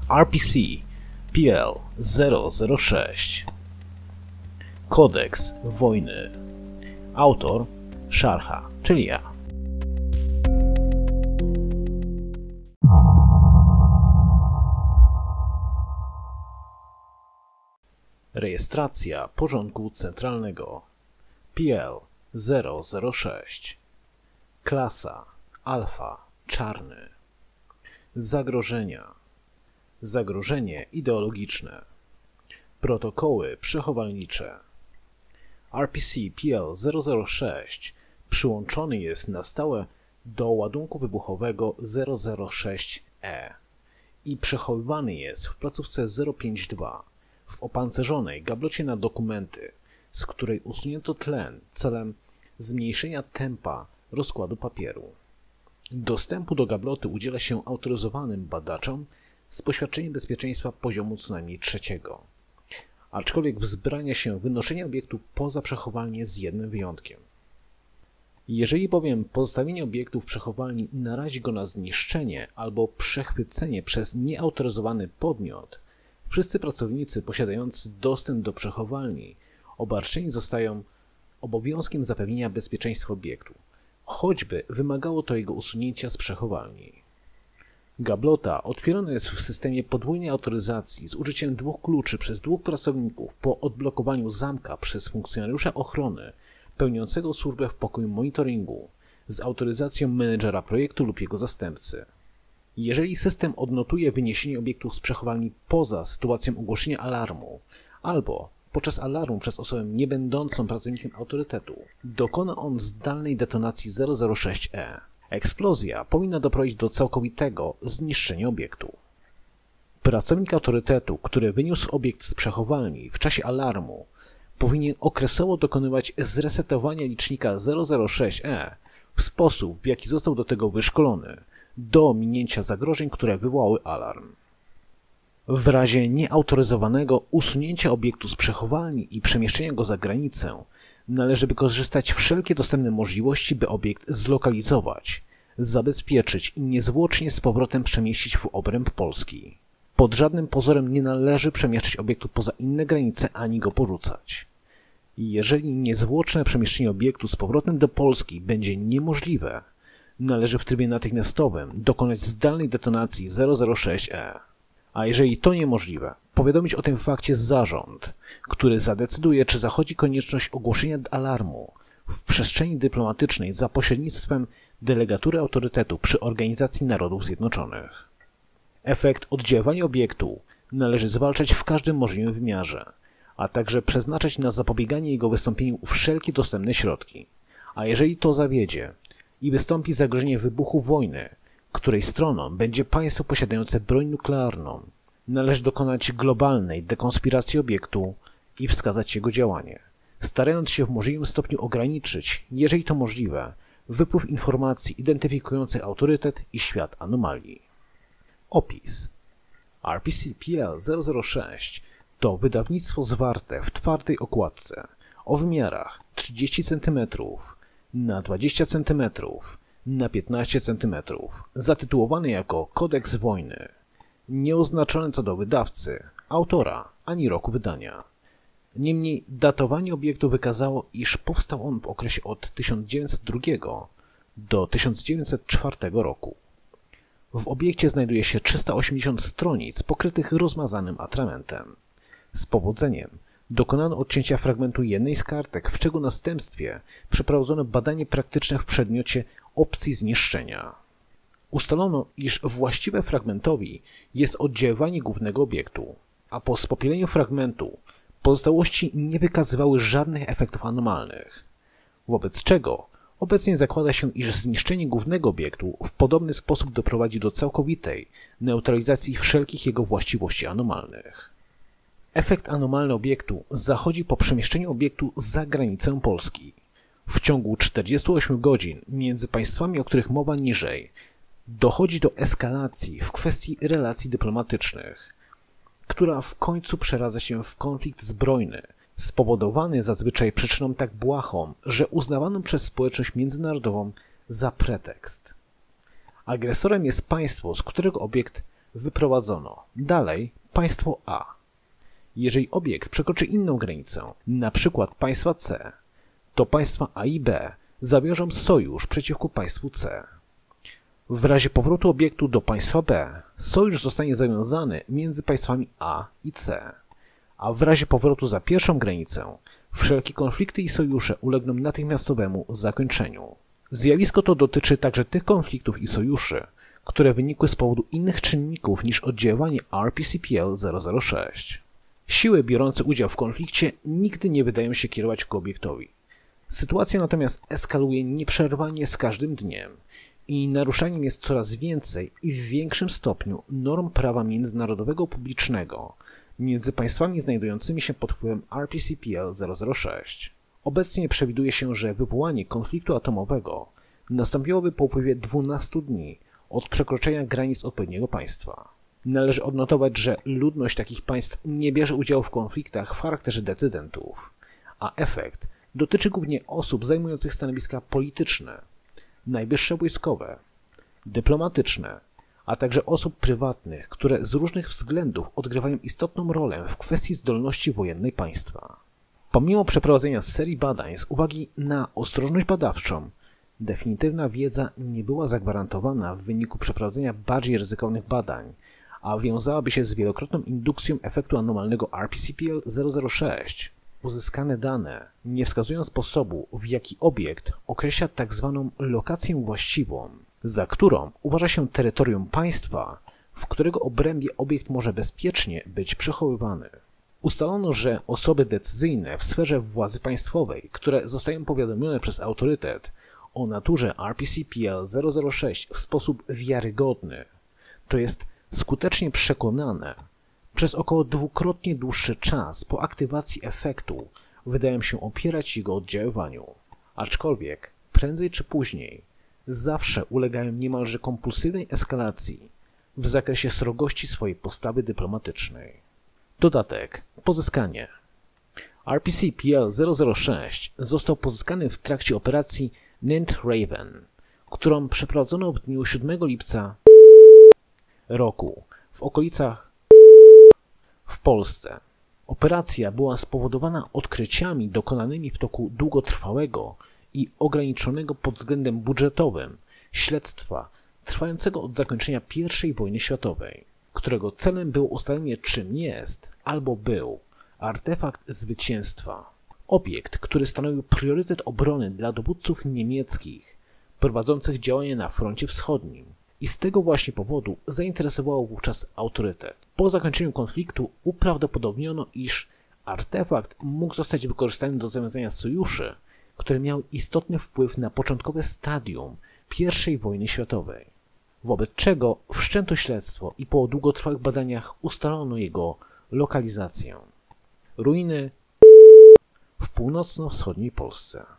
RPC PL-006 Kodeks wojny. Autor Szarcha, czyli ja. Rejestracja porządku centralnego PL-006. Klasa Alfa czarny. Zagrożenia. Zagrożenie ideologiczne. Protokoły przechowalnicze. RPC PL-006 przyłączony jest na stałe do ładunku wybuchowego 006E i przechowywany jest w placówce 052 w opancerzonej gablocie na dokumenty, z której usunięto tlen celem zmniejszenia tempa rozkładu papieru. Dostępu do gabloty udziela się autoryzowanym badaczom z poświadczeniem bezpieczeństwa poziomu co najmniej 3, aczkolwiek wzbrania się wynoszenia obiektu poza przechowalnię z jednym wyjątkiem. Jeżeli bowiem pozostawienie obiektu w przechowalni narazi go na zniszczenie albo przechwycenie przez nieautoryzowany podmiot, wszyscy pracownicy posiadający dostęp do przechowalni obarczeni zostają obowiązkiem zapewnienia bezpieczeństwa obiektu, choćby wymagało to jego usunięcia z przechowalni. Gablota otwierana jest w systemie podwójnej autoryzacji z użyciem 2 kluczy przez 2 pracowników po odblokowaniu zamka przez funkcjonariusza ochrony pełniącego służbę w pokoju monitoringu z autoryzacją menedżera projektu lub jego zastępcy. Jeżeli system odnotuje wyniesienie obiektu z przechowalni poza sytuacją ogłoszenia alarmu albo podczas alarmu przez osobę niebędącą pracownikiem autorytetu, dokona on zdalnej detonacji 006E. Eksplozja powinna doprowadzić do całkowitego zniszczenia obiektu. Pracownik autorytetu, który wyniósł obiekt z przechowalni w czasie alarmu, powinien okresowo dokonywać zresetowania licznika 006E w sposób, w jaki został do tego wyszkolony, do minięcia zagrożeń, które wywołały alarm. W razie nieautoryzowanego usunięcia obiektu z przechowalni i przemieszczenia go za granicę, należy wykorzystać wszelkie dostępne możliwości, by obiekt zlokalizować, zabezpieczyć i niezwłocznie z powrotem przemieścić w obręb Polski. Pod żadnym pozorem nie należy przemieszczać obiektu poza inne granice ani go porzucać. Jeżeli niezwłoczne przemieszczenie obiektu z powrotem do Polski będzie niemożliwe, należy w trybie natychmiastowym dokonać zdalnej detonacji 006E. A jeżeli to niemożliwe, powiadomić o tym fakcie zarząd, który zadecyduje, czy zachodzi konieczność ogłoszenia alarmu w przestrzeni dyplomatycznej za pośrednictwem delegatury autorytetu przy Organizacji Narodów Zjednoczonych. Efekt oddziaływania obiektu należy zwalczać w każdym możliwym wymiarze, a także przeznaczać na zapobieganie jego wystąpieniu wszelkie dostępne środki. A jeżeli to zawiedzie i wystąpi zagrożenie wybuchu wojny, której stroną będzie państwo posiadające broń nuklearną, należy dokonać globalnej dekonspiracji obiektu i wskazać jego działanie, starając się w możliwym stopniu ograniczyć, jeżeli to możliwe, wypływ informacji identyfikujących autorytet i świat anomalii. Opis. RPC PL-006 to wydawnictwo zwarte w twardej okładce o wymiarach 30 cm na 20 cm na 15 cm, zatytułowany jako Kodeks wojny, nieoznaczony co do wydawcy, autora ani roku wydania. Niemniej datowanie obiektu wykazało, iż powstał on w okresie od 1902 do 1904 roku. W obiekcie znajduje się 380 stronic pokrytych rozmazanym atramentem. Z powodzeniem dokonano odcięcia fragmentu jednej z kartek, w czego następstwie przeprowadzono badanie praktyczne w przedmiocie opcji zniszczenia. Ustalono, iż właściwe fragmentowi jest oddziaływanie głównego obiektu, a po spopieleniu fragmentu pozostałości nie wykazywały żadnych efektów anomalnych, wobec czego obecnie zakłada się, iż zniszczenie głównego obiektu w podobny sposób doprowadzi do całkowitej neutralizacji wszelkich jego właściwości anomalnych. Efekt anomalny obiektu zachodzi po przemieszczeniu obiektu za granicę Polski. W ciągu 48 godzin między państwami, o których mowa niżej, dochodzi do eskalacji w kwestii relacji dyplomatycznych, która w końcu przeradza się w konflikt zbrojny, spowodowany zazwyczaj przyczyną tak błahą, że uznawaną przez społeczność międzynarodową za pretekst. Agresorem jest państwo, z którego obiekt wyprowadzono. Dalej państwo A. Jeżeli obiekt przekroczy inną granicę, np. państwa C, to państwa A i B zawiążą sojusz przeciwko państwu C. W razie powrotu obiektu do państwa B, sojusz zostanie zawiązany między państwami A i C, a w razie powrotu za pierwszą granicę, wszelkie konflikty i sojusze ulegną natychmiastowemu zakończeniu. Zjawisko to dotyczy także tych konfliktów i sojuszy, które wynikły z powodu innych czynników niż oddziaływanie RPCPL-006. Siły biorące udział w konflikcie nigdy nie wydają się kierować ku obiektowi. Sytuacja natomiast eskaluje nieprzerwanie z każdym dniem i naruszaniem jest coraz więcej i w większym stopniu norm prawa międzynarodowego publicznego między państwami znajdującymi się pod wpływem RPCPL-006. Obecnie przewiduje się, że wywołanie konfliktu atomowego nastąpiłoby po upływie 12 dni od przekroczenia granic odpowiedniego państwa. Należy odnotować, że ludność takich państw nie bierze udziału w konfliktach w charakterze decydentów, a efekt dotyczy głównie osób zajmujących stanowiska polityczne, najwyższe wojskowe, dyplomatyczne, a także osób prywatnych, które z różnych względów odgrywają istotną rolę w kwestii zdolności wojennej państwa. Pomimo przeprowadzenia serii badań z uwagi na ostrożność badawczą, definitywna wiedza nie była zagwarantowana w wyniku przeprowadzenia bardziej ryzykownych badań, a wiązałaby się z wielokrotną indukcją efektu anomalnego RPCPL-006. Uzyskane dane nie wskazują sposobu, w jaki obiekt określa tzw. lokację właściwą, za którą uważa się terytorium państwa, w którego obrębie obiekt może bezpiecznie być przechowywany. Ustalono, że osoby decyzyjne w sferze władzy państwowej, które zostają powiadomione przez autorytet o naturze RPCPL-006 w sposób wiarygodny, to jest skutecznie przekonane, przez około dwukrotnie dłuższy czas po aktywacji efektu wydają się opierać jego oddziaływaniu. Aczkolwiek prędzej czy później zawsze ulegają niemalże kompulsywnej eskalacji w zakresie srogości swojej postawy dyplomatycznej. Dodatek. Pozyskanie. RPCPL-006 został pozyskany w trakcie operacji Nint Raven, którą przeprowadzono w dniu 7 lipca roku w okolicach w Polsce. Operacja była spowodowana odkryciami dokonanymi w toku długotrwałego i ograniczonego pod względem budżetowym śledztwa trwającego od zakończenia I wojny światowej, którego celem było ustalenie, czym jest albo był artefakt zwycięstwa. Obiekt, który stanowił priorytet obrony dla dowódców niemieckich prowadzących działania na froncie wschodnim i z tego właśnie powodu zainteresowało wówczas autorytet. Po zakończeniu konfliktu uprawdopodobniono, iż artefakt mógł zostać wykorzystany do zawiązania sojuszy, które miały istotny wpływ na początkowe stadium I wojny światowej, wobec czego wszczęto śledztwo i po długotrwałych badaniach ustalono jego lokalizację. Ruiny w północno-wschodniej Polsce.